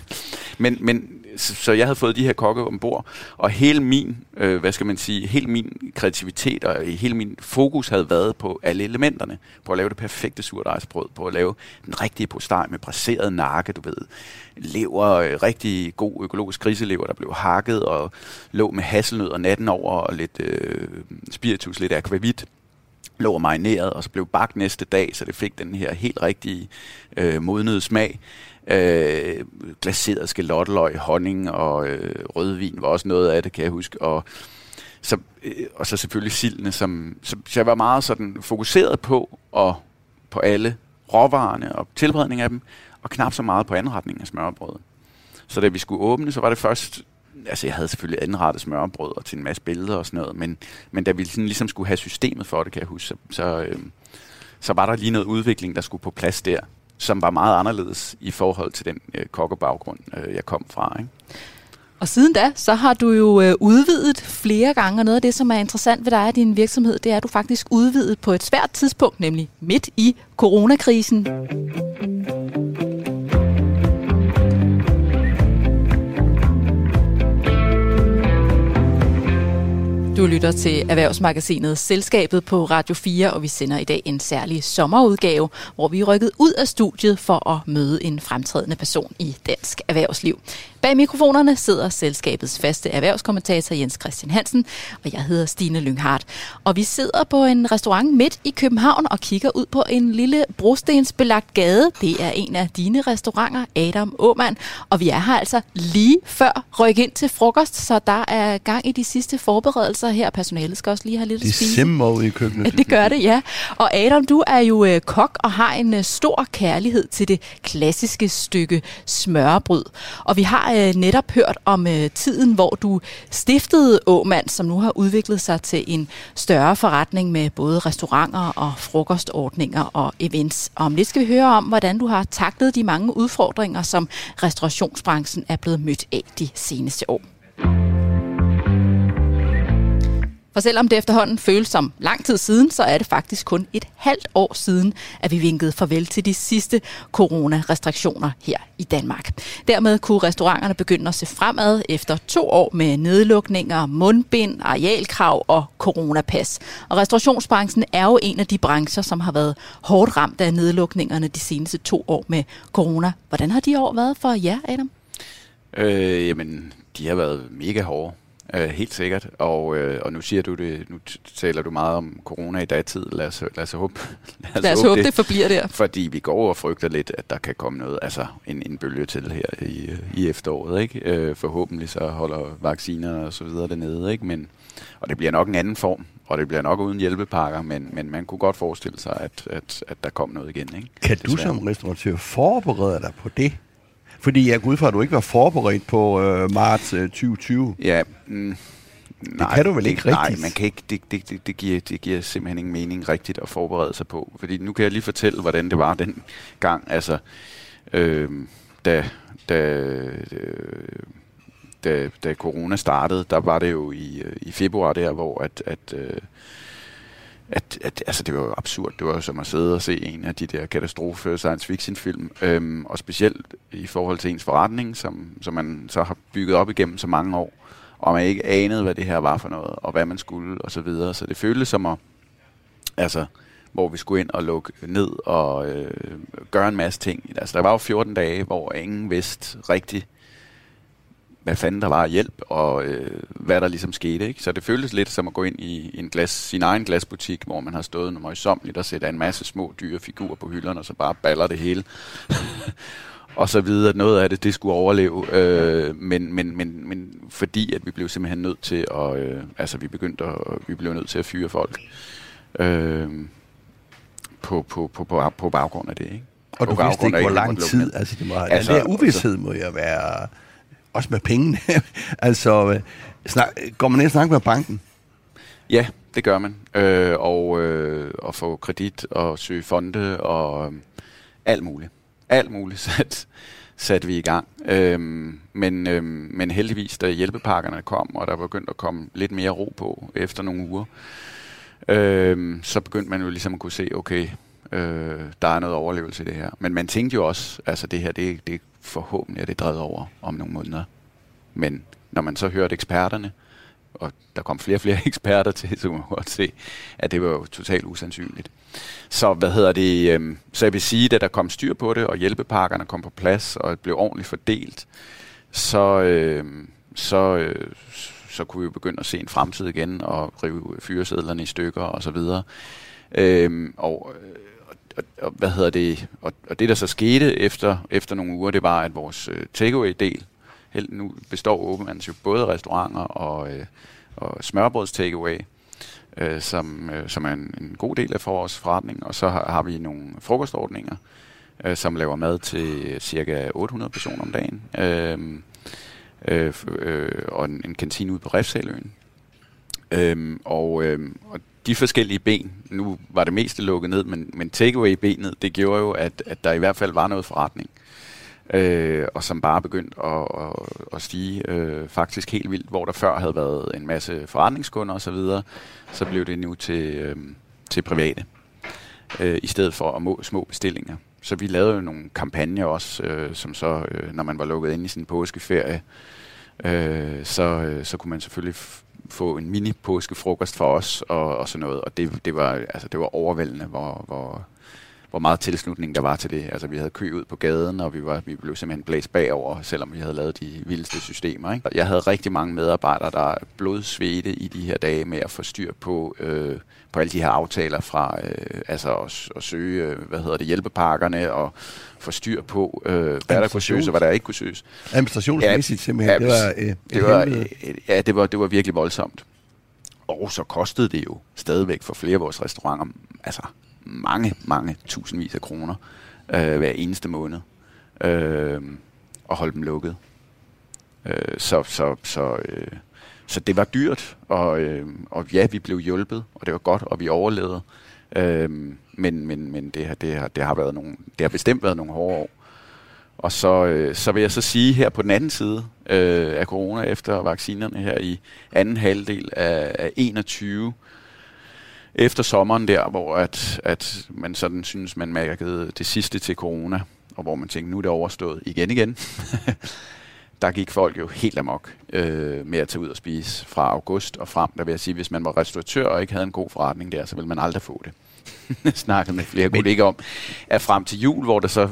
S3: Så jeg havde fået de her kokke ombord, og hele min, hele min kreativitet og hele min fokus havde været på alle elementerne. På at lave det perfekte surdejsbrød, på at lave den rigtige postej med brasseret nakke, du ved. Lever, rigtig god økologisk griselever, der blev hakket og lå med hasselnød og natten over, og lidt spiritus, lidt akvavit. Lå marineret, og så blev bagt næste dag, så det fik den her helt rigtige modnede smag. Glaseret skalotteløg, honning og rødvin var også noget af det, kan jeg huske. Og så selvfølgelig sildene, så jeg var meget sådan fokuseret på alle råvarerne og tilberedning af dem, og knap så meget på anretningen af smørbrødet. Så da vi skulle åbne, så var det først altså jeg havde selvfølgelig anrettet smørrebrød og til en masse billeder og sådan noget, men da vi sådan ligesom skulle have systemet for det, kan jeg huske, så var der lige noget udvikling, der skulle på plads der, som var meget anderledes i forhold til den kokkebaggrund, jeg kom fra, ikke?
S1: Og siden da, så har du jo udvidet flere gange, og noget af det, som er interessant ved dig og din virksomhed, det er, at du faktisk udvidet på et svært tidspunkt, nemlig midt i coronakrisen. Du lytter til Erhvervsmagasinet Selskabet på Radio 4, og vi sender i dag en særlig sommerudgave, hvor vi er rykket ud af studiet for at møde en fremtrædende person i dansk erhvervsliv. Bag mikrofonerne sidder selskabets faste erhvervskommentator Jens Christian Hansen, og jeg hedder Stine Lynghardt. Og vi sidder på en restaurant midt i København og kigger ud på en lille brostensbelagt gade. Det er en af dine restauranter, Adam Aamand, og vi er her altså lige før ryk ind til frokost, så der er gang i de sidste forberedelser her. Personalet skal også lige have lidt at spise.
S2: Det simmer ud i køkkenet.
S1: Ja, det gør det, ja. Og Adam, du er jo kok og har en stor kærlighed til det klassiske stykke smørrebrød. Og vi har netop hørt om tiden, hvor du stiftede Aamand, som nu har udviklet sig til en større forretning med både restauranter og frokostordninger og events. Og om lidt skal vi høre om, hvordan du har taklet de mange udfordringer, som restaurationsbranchen er blevet mødt af de seneste år. For selvom det efterhånden føles som lang tid siden, så er det faktisk kun et halvt år siden, at vi vinkede farvel til de sidste coronarestriktioner her i Danmark. Dermed kunne restauranterne begynde at se fremad efter 2 år med nedlukninger, mundbind, arealkrav og coronapas. Og restaurationsbranchen er jo en af de brancher, som har været hårdt ramt af nedlukningerne de seneste 2 år med corona. Hvordan har de år været for jer, Adam?
S3: Jamen, de har været mega hårde. Helt sikkert, og nu siger du det, nu taler du meget om corona i dagtid, lad os håbe
S1: det forbliver der.
S3: Fordi vi går og frygter lidt, at der kan komme noget, altså en bølge til her i efteråret, ikke? Forhåbentlig så holder vacciner og så videre dernede, ikke? Og det bliver nok en anden form, og det bliver nok uden hjælpepakker, men man kunne godt forestille sig, at der kom noget igen, ikke?
S2: Kan du som restauratør forberede dig på det? Fordi jeg går ud fra, at du ikke var forberedt på marts 2020.
S3: Ja,
S2: det kan du vel ikke rigtigt?
S3: Nej, man kan ikke. Det giver simpelthen ingen mening rigtigt at forberede sig på. Fordi nu kan jeg lige fortælle, hvordan det var den gang. Altså, da corona startede, der var det jo i februar der, hvor altså det var jo absurd. Det var jo som at sidde og se en af de der katastrofe science fiction film, og specielt i forhold til ens forretning, som man så har bygget op igennem så mange år, og man ikke anede, hvad det her var for noget, og hvad man skulle, og så videre. Så det føltes som at, altså, hvor vi skulle ind og lukke ned og gøre en masse ting. Altså der var jo 14 dage, hvor ingen vidste rigtigt, hvad fanden der var af hjælp, og hvad der ligesom skete, ikke? Så det føltes lidt som at gå ind i sin egen glasbutik, hvor man har stået møjsommeligt og sætter en masse små dyre figurer på hylderne, og så bare baller det hele. Og så videre, at noget af det skulle overleve. Men fordi, at vi blev simpelthen nødt til at... vi blev nødt til at fyre folk på baggrund af det, ikke?
S2: Og du vidste ikke, hvor lang tid. Altså, det må, den der uvidshed må jo være... Også med pengene. Altså, går man ind og snakker med banken?
S3: Ja, det gør man. Og få kredit og søge fonde og alt muligt. Alt muligt satte vi i gang. Men heldigvis, da hjælpepakkerne kom, og der begyndte at komme lidt mere ro på efter nogle uger, så begyndte man jo ligesom at kunne se, okay, der er noget overlevelse i det her. Men man tænkte jo også, altså det her, det forhåbentlig er det drevet over om nogle måneder. Men når man så hørte eksperterne, og der kom flere og flere eksperter til, så kunne man godt se, at det var jo totalt usandsynligt. Så så jeg vil sige, at da der kom styr på det, og hjælpepakkerne kom på plads, og det blev ordentligt fordelt, så kunne vi jo begynde at se en fremtid igen, og rive fyresedlerne i stykker, og så videre. Og det der så skete efter nogle uger, det var, at vores takeaway-del, nu består Aamand jo både restauranter og smørbrøds takeaway, som er en god del af vores forretning, og så har vi nogle frokostordninger, som laver mad til cirka 800 personer om dagen. og en kantine ude på Refshaleøen. Og de forskellige ben, nu var det meste lukket ned, men takeaway-benet, det gjorde jo, at der i hvert fald var noget forretning. Og som bare begyndte at stige faktisk helt vildt, hvor der før havde været en masse forretningskunder og så videre, så blev det nu til private, i stedet for små bestillinger. Så vi lavede jo nogle kampagner også, som så, når man var lukket ind i sin påskeferie, så kunne man selvfølgelig få en mini-påskefrokost for os og sådan noget, og det var overvældende, hvor meget tilslutning der var til det. Altså, vi havde kø ud på gaden, og vi blev simpelthen blæst bagover, selvom vi havde lavet de vildeste systemer, ikke? Jeg havde rigtig mange medarbejdere, der blodsvedte i de her dage med at få styr på alle de her aftaler fra at søge, hjælpepakkerne, og få styr på, hvad der kunne søges og hvad der ikke kunne søges.
S2: Administrationsmæssigt simpelthen.
S3: Det var virkelig voldsomt. Og så kostede det jo stadigvæk for flere af vores restauranter, altså mange tusindvis af kroner hver eneste måned og holde dem lukket. Så det var dyrt, og ja, vi blev hjulpet, og det var godt, og vi overlevede. Men det har bestemt været nogle hårde år. Og så vil jeg så sige her på den anden side af corona, efter vaccinerne her i anden halvdel af 21, efter sommeren der, hvor at man sådan synes, man mærkede det sidste til corona, og hvor man tænkte, nu er det overstået igen. Der gik folk jo helt amok med at tage ud og spise fra august og frem. Der vil jeg sige, hvis man var restauratør og ikke havde en god forretning der, så ville man aldrig få det. Snakkede med flere kolleger om, at frem til jul, hvor der så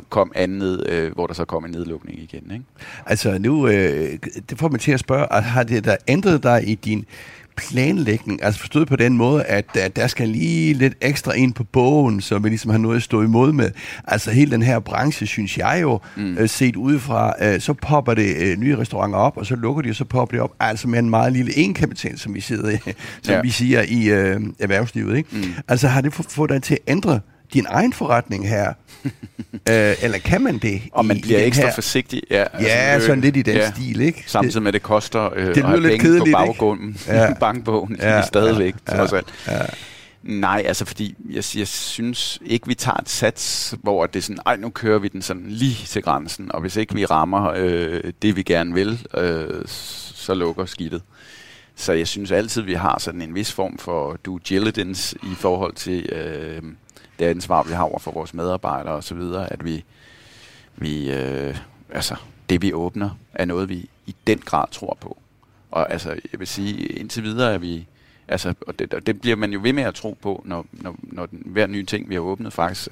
S3: kom en nedlukning igen, ikke?
S2: Altså nu, det får man til at spørge, har det der ændret dig i din planlægning, altså forstået på den måde, at der skal lige lidt ekstra ind på bogen, så vi ligesom har noget at stå imod med. Altså hele den her branche, synes jeg jo, set udefra, så popper det nye restauranter op, og så lukker de, og så popper det op, altså med en meget lille egenkapital, som vi siger i erhvervslivet, ikke? Altså har det fået dig til at ændre din egen forretning her? Eller kan man det?
S3: Og man bliver ekstra forsigtig.
S2: Ja, sådan lidt i den stil, ikke?
S3: Samtidig med, det koster at have penge på baggrunden, bankbogen, stadigvæk, trods alt. Ja. Nej, altså fordi jeg synes ikke, vi tager et sats, hvor det er sådan, nu kører vi den sådan lige til grænsen, og hvis ikke vi rammer det, vi gerne vil, så lukker skidtet. Så jeg synes altid, vi har sådan en vis form for due diligence i forhold til det ansvar, vi har over for vores medarbejdere og så videre, at vi det vi åbner, er noget, vi i den grad tror på. Og altså, jeg vil sige, indtil videre er vi, altså, og det bliver man jo ved med at tro på, når hver nye ting, vi har åbnet, faktisk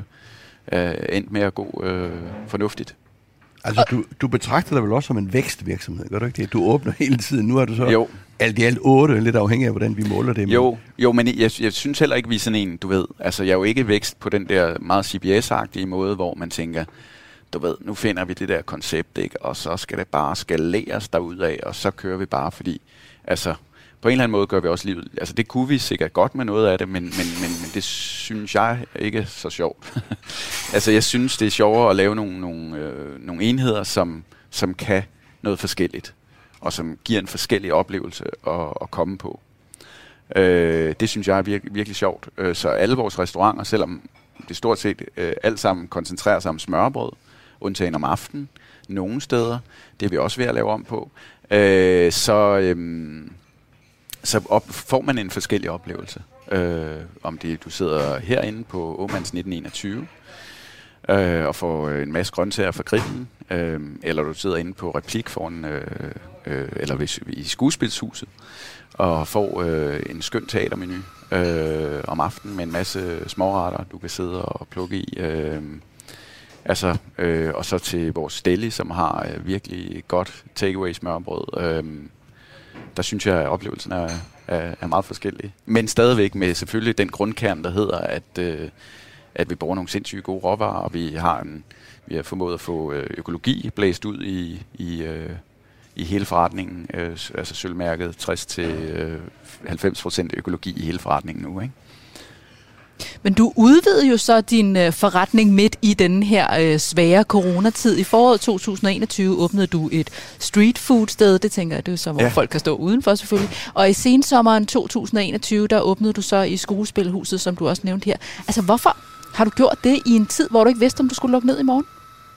S3: endt med at gå fornuftigt.
S2: Altså, du betragter dig vel også som en vækstvirksomhed, gør du ikke det? Du åbner hele tiden. Nu er du så alt i alt 8, lidt afhængig af, hvordan vi måler det.
S3: Jo, men jeg synes heller ikke, vi er sådan en, du ved, altså jeg er jo ikke vækst på den der meget CBS-agtige måde, hvor man tænker, du ved, nu finder vi det der koncept, ikke? Og så skal det bare skaleres derudad, og så kører vi bare, fordi, altså, på en eller anden måde gør vi også livet, altså det kunne vi sikkert godt med noget af det, men det synes jeg ikke er så sjovt. Altså jeg synes, det er sjovere at lave nogle enheder, som kan noget forskelligt, og som giver en forskellig oplevelse at komme på. Det synes jeg er virkelig sjovt. Så alle vores restauranter, selvom det stort set alt sammen koncentrerer sig om smørrebrød, undtagen om aftenen, nogle steder, det er vi også ved at lave om på, så får man en forskellig oplevelse. Om du sidder herinde på Åmans 1921 og får en masse grøntsager fra grillen, eller du sidder inde på Replik foran, eller i skuespilshuset og får en skøn teatermenu om aftenen med en masse småretter, du kan sidde og plukke i. Og så til vores deli, som har virkelig godt takeaway smørbrød. Der synes jeg, at oplevelsen er meget forskellig. Men stadigvæk med selvfølgelig den grundkern, der hedder, at vi bruger nogle sindssygt gode råvarer, og vi har formået at få økologi blæst ud i hele forretningen. Altså sølvmærket 60-90% økologi i hele forretningen nu, ikke?
S1: Men du udvidede jo så din forretning midt i den her svære coronatid. I foråret 2021 åbnede du et street food sted. Det tænker jeg, det er så, hvor folk kan stå udenfor selvfølgelig. Og i sensommeren 2021, der åbnede du så i Skuespilhuset, som du også nævnte her. Altså, hvorfor har du gjort det i en tid, hvor du ikke vidste, om du skulle lukke ned i morgen?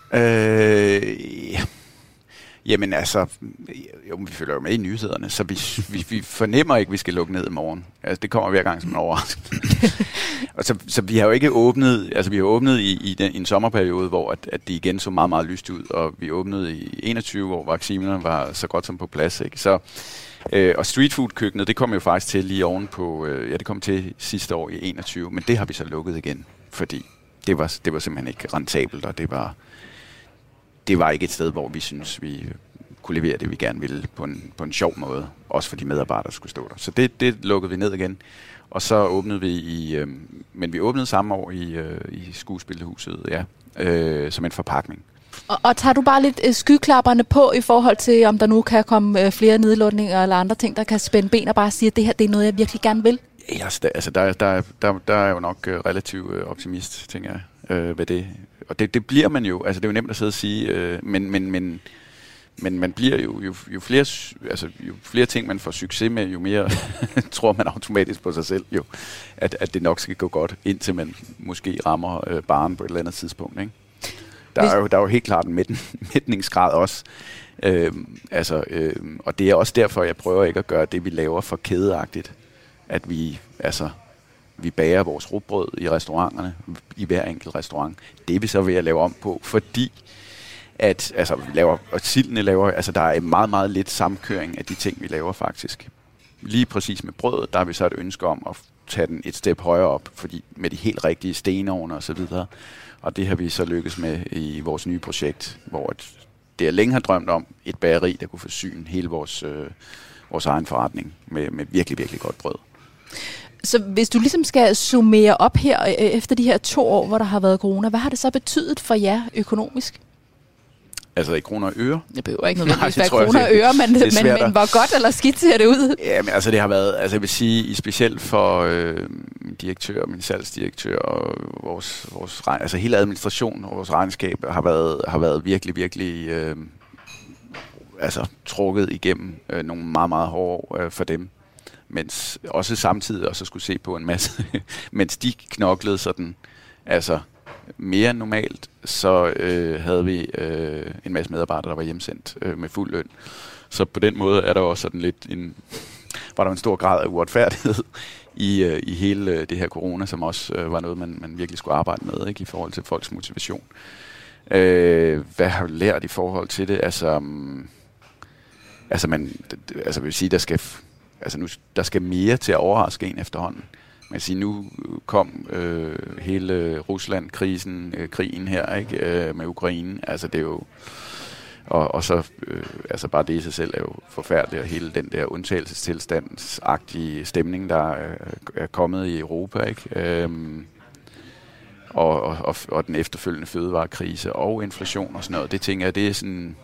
S3: Jamen altså, vi følger jo med i nyhederne, så vi fornemmer ikke, at vi skal lukke ned i morgen. Altså, det kommer hver gang som en overraskelse. Og så vi har jo ikke åbnet, altså vi har åbnet i en sommerperiode, hvor at det igen så meget, meget lyst ud, og vi åbnede i 21, hvor vaccinerne var så godt som på plads, ikke? Så, og streetfood-køkkenet, det kom jo faktisk til lige ovenpå, det kom til sidste år i 21, men det har vi så lukket igen, fordi det var simpelthen ikke rentabelt, og det var ikke et sted, hvor vi synes vi kunne levere det, vi gerne ville på en sjov måde. Også for de medarbejdere, der skulle stå der. Så det lukkede vi ned igen. Og så åbnede vi men vi åbnede samme år i Skuespilhuset, som en forpakning.
S1: Og tager du bare lidt skyklapperne på i forhold til, om der nu kan komme flere nedlukninger eller andre ting, der kan spænde ben og bare sige, at det her det er noget, jeg virkelig gerne vil?
S3: Ja, altså der er jo nok relativt optimist, tænker jeg, ved det. Og det bliver man jo, altså det er jo nemt at sidde og sige, men man bliver jo flere ting man får succes med, jo mere tror man automatisk på sig selv jo, at det nok skal gå godt, indtil man måske rammer barren på et eller andet tidspunkt, ikke? Der er jo helt klart en mætningsgrad også, og det er også derfor, jeg prøver ikke at gøre det, vi laver, for kædeagtigt, at vi bager vores rugbrød i restauranterne, i hver enkelt restaurant. Det er vi så ved at lave om på, fordi at, sildene laver, der er meget, meget lidt samkøring af de ting, vi laver faktisk. Lige præcis med brødet, der har vi så et ønske om at tage den et step højere op, fordi med de helt rigtige stenovne og så videre. Og det har vi så lykkes med i vores nye projekt, hvor det jeg længe har drømt om, et bageri, der kunne forsyne hele vores egen forretning med virkelig, virkelig godt brød.
S1: Så hvis du ligesom skal summere op her efter de her 2 år, hvor der har været corona, hvad har det så betydet for jer økonomisk?
S3: Altså i kroner og øre?
S1: Det behøver ikke nødvendigvis være kroner og øre, men hvor godt eller skidt ser det ud?
S3: Ja, men altså det har været, jeg vil sige, specielt for min direktør, min salgsdirektør og vores hele administration og vores regnskab har været virkelig, virkelig trukket igennem nogle meget, meget hårde år for dem. Mens også samtidig også skulle se på en masse, mens de knoklede sådan, mere end normalt, så havde vi en masse medarbejdere, der var hjemsendt med fuld løn. Så på den måde er der også sådan lidt var der en stor grad af uretfærdighed i hele det her corona, som også var noget, man virkelig skulle arbejde med, ikke, i forhold til folks motivation. Hvad har vi lært i forhold til det? Jeg vil sige, der skal mere til at overraske en efterhånden. Man kan sige, nu kom hele Rusland-krisen, krigen her, ikke, med Ukraine. Det er jo og så bare det i sig selv er jo forfærdeligt, og hele den der undtagelsestilstandsagtige stemning, der er kommet i Europa, ikke? Og den efterfølgende fødevarekrise og inflation og sådan noget. Det tænker jeg, det er sådan.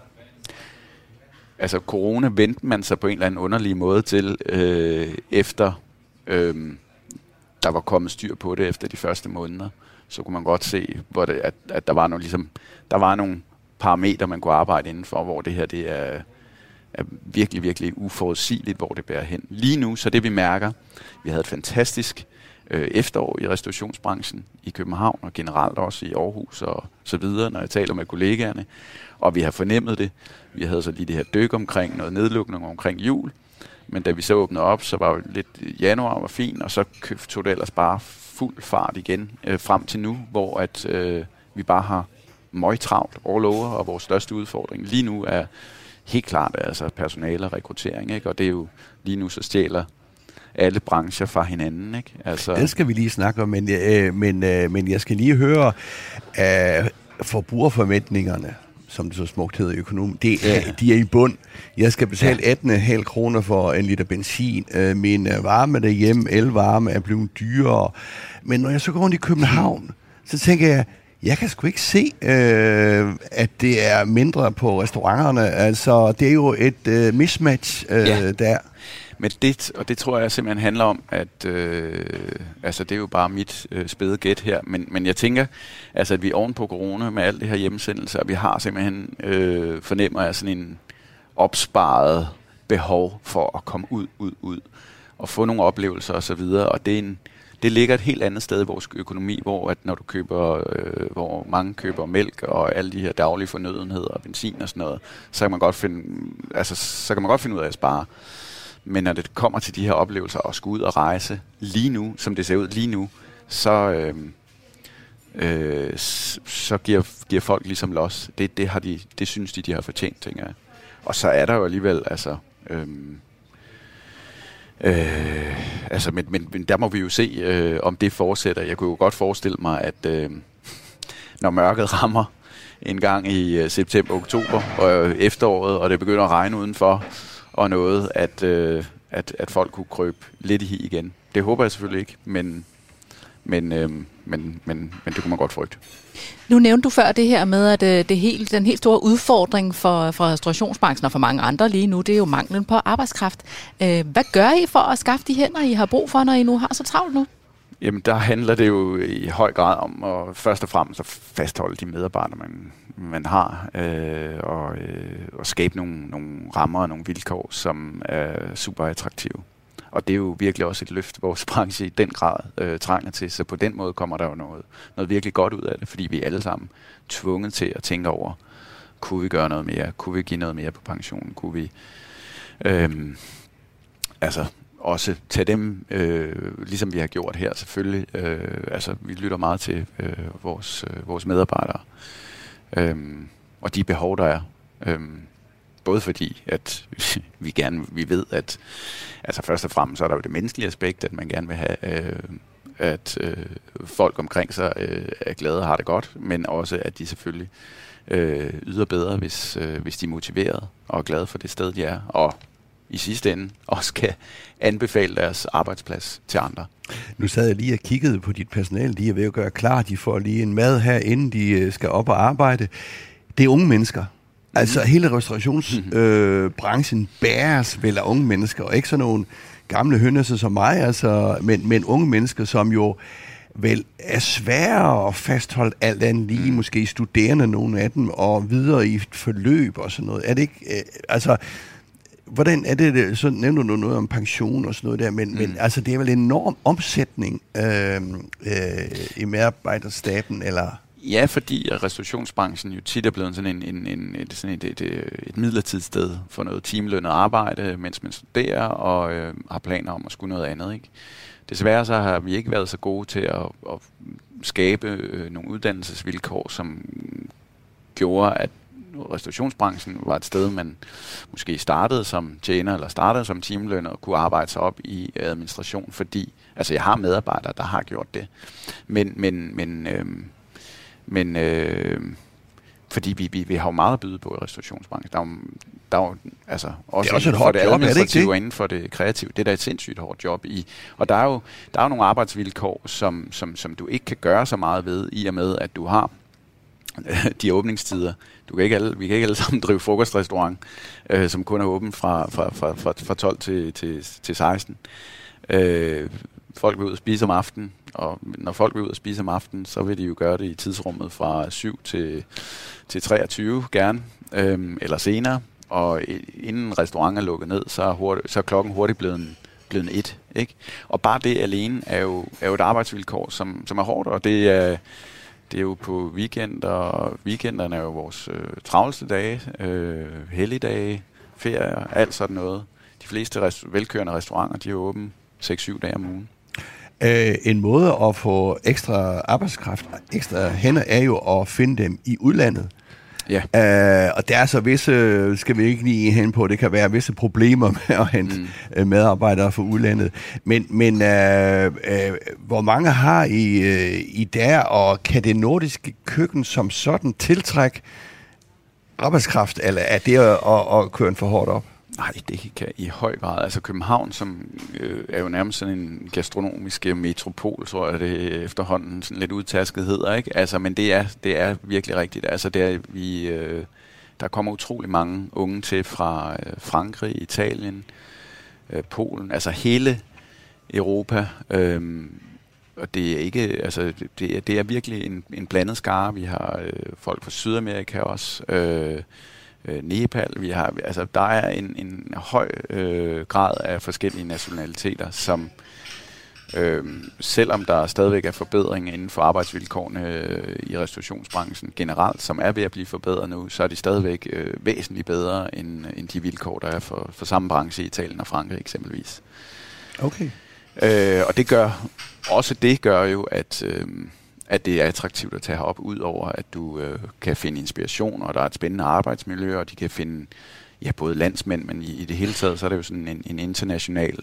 S3: Corona vendte man sig på en eller anden underlig måde til, efter der var kommet styr på det efter de første måneder. Så kunne man godt se, at der var nogle parametre, man kunne arbejde indenfor, hvor det her det er virkelig, virkelig uforudsigeligt, hvor det bærer hen. Lige nu, så det vi mærker, vi havde et fantastisk efterår i restaurationsbranchen i København, og generelt også i Aarhus og så videre, når jeg taler med kollegaerne, og vi har fornemmet det. Vi havde så lige det her dyk omkring noget nedlukning omkring jul, men da vi så åbnede op, så var jo lidt januar var fint, og så tog det ellers bare fuld fart igen frem til nu, hvor vi bare har møgtravlt all over, og vores største udfordring lige nu er helt klart personale og rekruttering, ikke? Og det er jo lige nu så stjæler alle brancher fra hinanden, ikke?
S2: Det skal vi lige snakke om, men jeg skal lige høre forbrugerforventningerne, som det så smukt hedder i økonomi, de er i bund. Jeg skal betale 18,5 kroner for en liter benzin. Min varme derhjemme, elvarme, er blevet dyrere. Men når jeg så går rundt i København, så tænker jeg kan sgu ikke se, at det er mindre på restauranterne. Det er jo et mismatch der.
S3: Men det tror jeg simpelthen handler om, at altså det er jo bare mit spæde gæt her, men jeg tænker, altså at vi oven på corona med alt det her hjemmesendelse, og vi har simpelthen fornemmer jeg sådan en opsparet behov for at komme ud og få nogle oplevelser og så videre, og det ligger et helt andet sted i vores økonomi, hvor at når du køber, hvor mange køber mælk og alle de her daglige fornødenheder og benzin og sådan noget, så kan man godt finde ud af at spare. Men når det kommer til de her oplevelser og skulle ud og rejse lige nu, som det ser ud lige nu, så giver folk ligesom los. Det synes de har fortjent, tænker jeg. Og så er der jo alligevel, men der må vi jo se, om det fortsætter. Jeg kunne jo godt forestille mig, at når mørket rammer en gang i september-oktober og efteråret, og det begynder at regne udenfor, og noget, at folk kunne krøbe lidt i hi igen. Det håber jeg selvfølgelig ikke, men det kunne man godt frygte.
S1: Nu nævnte du før det her med, at den helt store udfordring for restaurationsbranchen og for mange andre lige nu, det er jo manglen på arbejdskraft. Hvad gør I for at skaffe de hænder, I har brug for, når I nu har så travlt nu?
S3: Jamen, der handler det jo i høj grad om at først og fremmest at fastholde de medarbejdere, man har, og skabe nogle rammer og nogle vilkår, som er super attraktive. Og det er jo virkelig også et løft, vores branche i den grad trænger til. Så på den måde kommer der jo noget virkelig godt ud af det, fordi vi er alle sammen tvunget til at tænke over, kunne vi gøre noget mere? Kunne vi give noget mere på pensionen? Kunne vi også tage dem, ligesom vi har gjort her selvfølgelig. Vi lytter meget til vores medarbejdere. Og de behov, der er. Både fordi, at vi ved, at først og fremmest så er der jo det menneskelige aspekt, at man gerne vil have, at folk omkring sig er glade og har det godt, men også, at de selvfølgelig yder bedre, hvis de er motiverede og er glade for det sted, de er, og i sidste ende også kan anbefale deres arbejdsplads til andre.
S2: Nu sad jeg lige og kiggede på dit personale, de er ved at gøre klar, de får lige en mad her, inden de skal op og arbejde. Det er unge mennesker. Altså hele restaurationsbranchen bæres vel af unge mennesker, og ikke sådan nogle gamle hønnesser som mig, men unge mennesker, som jo vel er svære at fastholde alt andet lige, måske studerende nogle af dem, og videre i et forløb og sådan noget. Er det ikke, hvordan er det, så nævner du noget om pension og sådan noget der, men det er vel en enorm omsætning i medarbejderstaben, eller...
S3: Ja, fordi restaurationsbranchen jo tit er blevet sådan et midlertidigt sted for noget timelønnet arbejde, mens man studerer og har planer om at skulle noget andet, ikke? Desværre så har vi ikke været så gode til at skabe nogle uddannelsesvilkår, som gjorde, at restaurationsbranchen var et sted, man måske startede som tjener eller startede som timelønnet og kunne arbejde sig op i administration, fordi jeg har medarbejdere, der har gjort det. Men fordi vi har jo meget at byde på i restaurationsbranchen. Der er jo også
S2: et hårdt
S3: for det
S2: job,
S3: administrative og inden for det kreative. Det er da et sindssygt hårdt job i. Og der er jo nogle arbejdsvilkår, som du ikke kan gøre så meget ved, i og med, at du har de åbningstider. Vi kan ikke alle sammen drive frokostrestaurant, som kun er åben fra 12 til 16. Folk vil ud og spise om aftenen, og når folk vil ud og spise om aftenen, så vil de jo gøre det i tidsrummet fra 7 til 23 gerne, eller senere. Og inden restauranten er lukket ned, så er klokken hurtigt blevet 1, ikke? Og bare det alene er jo et arbejdsvilkår, som er hårdt, og det er jo på weekender, og weekenderne er jo vores travleste dage, helligdage, ferier, alt sådan noget. De fleste velkørende restauranter, de er åbne 6-7 dage om ugen.
S2: En måde at få ekstra arbejdskraft, ekstra hænder, er jo at finde dem i udlandet.
S3: Ja.
S2: Og der er så visse, skal vi ikke lige hen på, det kan være visse problemer med at hente medarbejdere fra udlandet. Men hvor mange har I der, og kan det nordiske køkken som sådan tiltrække arbejdskraft, eller er det at køre en for hårdt op?
S3: Nej, det kan i høj grad. København, som er jo nærmest sådan en gastronomisk metropol, tror jeg, det efterhånden sådan lidt udtasket hedder, ikke? Men det er virkelig rigtigt. Der kommer utrolig mange unge til fra Frankrig, Italien, Polen, altså hele Europa. Og det er ikke, altså det er virkelig en blandet skare. Vi har folk fra Sydamerika også, Nepal. Vi har, altså der er en høj grad af forskellige nationaliteter, som selvom der stadigvæk er forbedringer inden for arbejdsvilkårene i restaurationsbranchen generelt, som er ved at blive forbedret nu, så er de stadigvæk væsentligt bedre end de vilkår, der er for samme branche i Italien og Frankrig eksempelvis.
S2: Okay.
S3: Og det gør jo, at det er attraktivt at tage herop, ud over at du kan finde inspiration, og der er et spændende arbejdsmiljø, og de kan finde både landsmænd, men i det hele taget, så er det jo sådan en international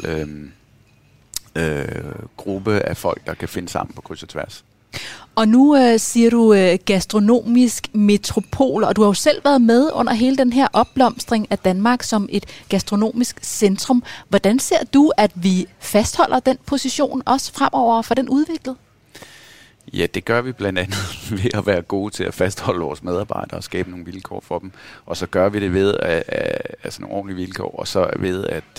S3: gruppe af folk, der kan finde sammen på kryds og tværs.
S1: Og nu siger du gastronomisk metropol, og du har jo selv været med under hele den her opblomstring af Danmark som et gastronomisk centrum. Hvordan ser du, at vi fastholder den position også fremover for den udviklet?
S3: Ja, det gør vi blandt andet ved at være gode til at fastholde vores medarbejdere og skabe nogle vilkår for dem. Og så gør vi det ved altså nogle ordentlige vilkår, og så ved at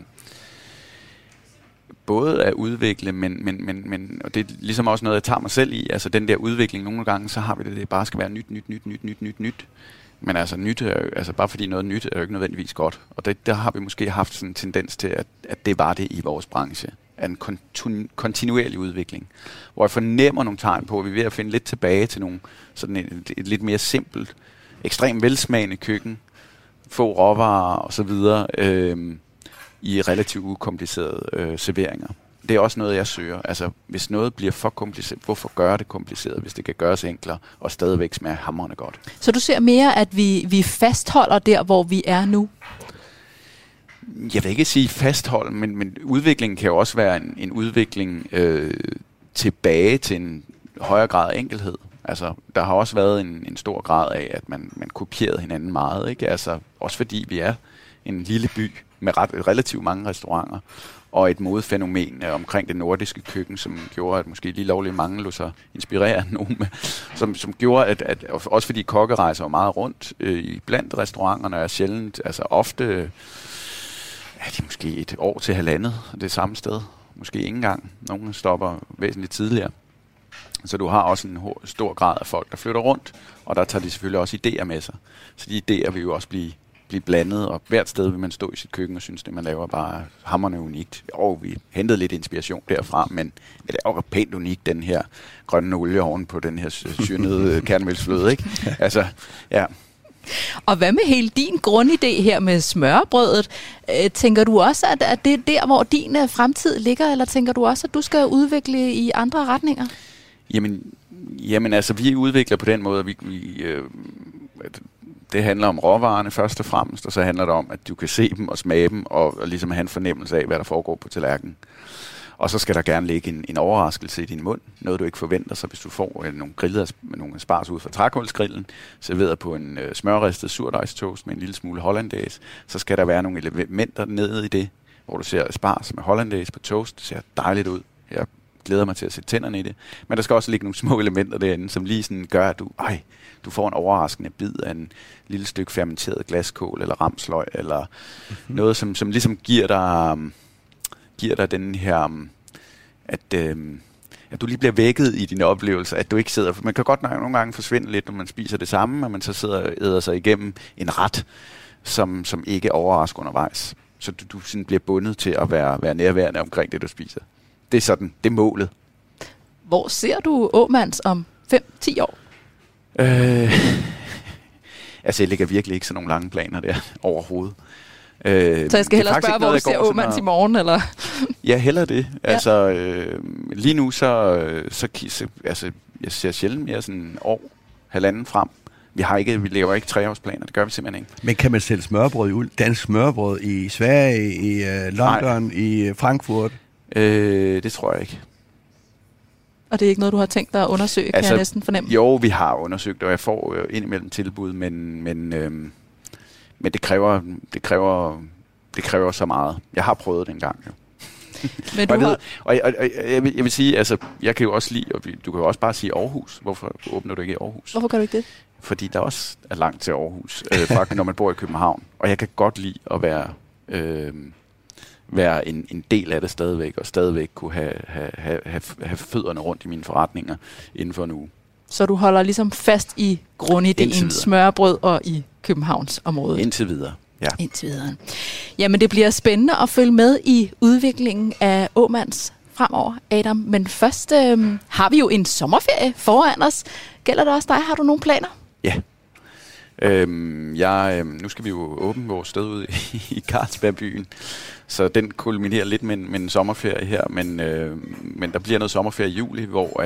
S3: både at udvikle, men og det er ligesom også noget, jeg tager mig selv i. Altså den der udvikling, nogle gange, så har vi det bare skal være nyt. Men altså nyt, altså bare fordi noget nyt er jo ikke nødvendigvis godt. Og der har vi måske haft sådan en tendens til, at det var det i vores branche. En kontinuerlig udvikling. Hvor jeg fornemmer nogle tegn på, at vi er ved at finde lidt tilbage til nogle sådan et lidt mere simpelt, ekstremt velsmagende køkken, få råvarer og så videre, i relativt ukomplicerede serveringer. Det er også noget, jeg søger. Altså, hvis noget bliver for kompliceret, hvorfor gøre det kompliceret, hvis det kan gøres enklere og stadigvæk smage hamrende godt?
S1: Så du ser mere, at vi fastholder der, hvor vi er nu?
S3: Jeg vil ikke sige fasthold, men udviklingen kan jo også være en udvikling tilbage til en højere grad af enkelhed. Altså, der har også været en stor grad af, at man kopierede hinanden meget, ikke? Altså, også fordi vi er en lille by med relativt mange restauranter, og et modefænomen omkring det nordiske køkken, som gjorde, at måske lige lovligt mange lå sig inspirere af nogen, som gjorde, at også fordi kokke rejser meget rundt blandt restauranterne, er sjældent, altså ofte de måske et år til halvandet det samme sted. Måske ikke engang. Nogle stopper væsentligt tidligere. Så du har også en stor grad af folk, der flytter rundt, og der tager de selvfølgelig også idéer med sig. Så de idéer vil jo også blive blandet, og hvert sted vil man stå i sit køkken og synes, det man laver bare hamrende unikt. Og vi hentede lidt inspiration derfra, men det er jo pænt unikt, den her grønne olie oven på den her syrnede kærnemælksfløde, ikke? Altså, ja.
S1: Og hvad med hele din grundidé her med smørbrødet? Tænker du også, at det er der, hvor din fremtid ligger, eller tænker du også, at du skal udvikle i andre retninger?
S3: Jamen altså, vi udvikler på den måde, det handler om råvarerne først og fremmest, og så handler det om, at du kan se dem og smage dem, og ligesom have en fornemmelse af, hvad der foregår på tallerkenen. Og så skal der gerne ligge en overraskelse i din mund, noget du ikke forventer, så hvis du får nogle spars ud fra trækålsgrillen, serveret på en smørristet surdejstoast med en lille smule hollandaise, så skal der være nogle elementer nede i det, hvor du ser spars med hollandaise på toast, det ser dejligt ud. Jeg glæder mig til at sætte tænderne i det. Men der skal også ligge nogle små elementer derinde, som lige sådan gør, at du får en overraskende bid af en lille stykke fermenteret glaskål, eller ramsløg, eller noget, som ligesom giver dig den her, at du lige bliver vækket i dine oplevelser, at du ikke sidder, for man kan godt nogle gange forsvinde lidt, når man spiser det samme, og man så sidder og æder sig igennem en ret, som ikke overrasker undervejs. Så du sådan bliver bundet til at være nærværende omkring det, du spiser. Det er sådan, det er målet.
S1: Hvor ser du Åmands om 5-10 år?
S3: Altså, jeg lægger virkelig ikke sådan nogle lange planer der overhovedet.
S1: Så jeg skal hellere spørge, hvor du ser Åmands i morgen, eller?
S3: Ja, hellere det. Ja. Altså, lige nu så jeg ser sjældent mere sådan år, halvanden frem. Vi laver ikke 3-årsplaner, det gør vi simpelthen ikke.
S2: Men kan man sælge smørbrød dansk smørbrød i Sverige, i London, nej, i Frankfurt?
S3: Det tror jeg ikke.
S1: Og det er ikke noget, du har tænkt dig at undersøge, kan jeg næsten fornemme?
S3: Jo, vi har undersøgt, og jeg får indimellem tilbud, men det kræver så meget. Jeg har prøvet det engang, jo. Men jeg vil sige, altså, jeg kan jo også lide, og du kan jo også bare sige Aarhus. Hvorfor åbner du ikke i Aarhus?
S1: Hvorfor kan du ikke det?
S3: Fordi der også er langt til Aarhus, faktisk, når man bor i København. Og jeg kan godt lide at være en del af det stadigvæk, og stadigvæk kunne have fødderne rundt i mine forretninger inden for en uge.
S1: Så du holder ligesom fast i grundidéen smørbrød og i Københavnsområdet?
S3: Indtil videre, ja.
S1: Indtil videre. Jamen, det bliver spændende at følge med i udviklingen af Åmands fremover, Adam. Men først har vi jo en sommerferie foran os. Gælder det også dig? Har du nogle planer?
S3: Ja. Nu skal vi jo åbne vores sted ud i Carlsbergbyen, så den kulminerer lidt med en sommerferie her, men der bliver noget sommerferie i juli, hvor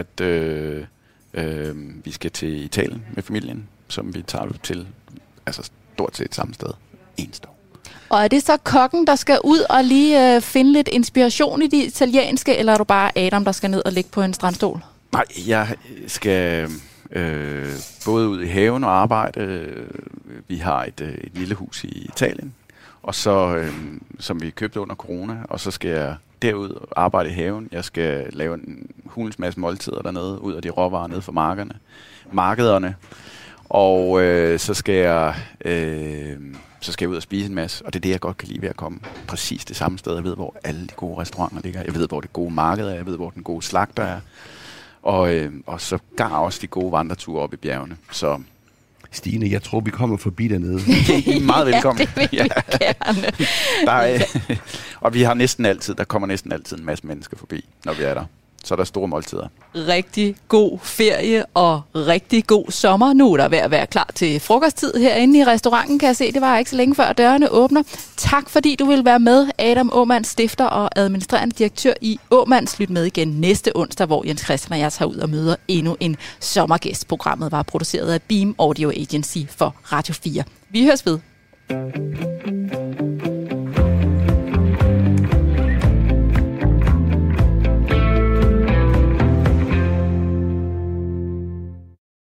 S3: vi skal til Italien med familien, som vi tager til stort set samme sted eneste år.
S1: Og er det så kokken, der skal ud og lige finde lidt inspiration i det italienske, eller er du bare Adam, der skal ned og ligge på en strandstol?
S3: Nej, jeg skal både ud i haven og arbejde. Vi har et lille hus i Italien, og så som vi købte under corona, og så skal jeg derud og arbejde i haven. Jeg skal lave en hulens masse måltider dernede, ud af de råvarer nede fra markederne, og så skal jeg ud og spise en masse, og det er det, jeg godt kan lide ved at komme præcis det samme sted. Jeg ved, hvor alle de gode restauranter ligger. Jeg ved, hvor det gode marked er. Jeg ved, hvor den gode slagter er. Og så gar også de gode vandreture op i bjergene. Så
S2: Stine, jeg tror, vi kommer forbi dernede.
S3: I er meget velkommen.
S1: Ja, det vil jeg gerne.
S3: Og der kommer næsten altid en masse mennesker forbi, når vi er der. Så er der store måltider.
S1: Rigtig god ferie og rigtig god sommer. Nu er der ved at være klar til frokosttid herinde i restauranten, kan jeg se. Det var ikke så længe før dørene åbner. Tak fordi du vil være med, Adam Åmand, stifter og administrerende direktør i Åmands. Lyt med igen næste onsdag, hvor Jens Christian og jeg tager ud og møder endnu en sommergæst. Programmet var produceret af Beam Audio Agency for Radio 4. Vi høres ved.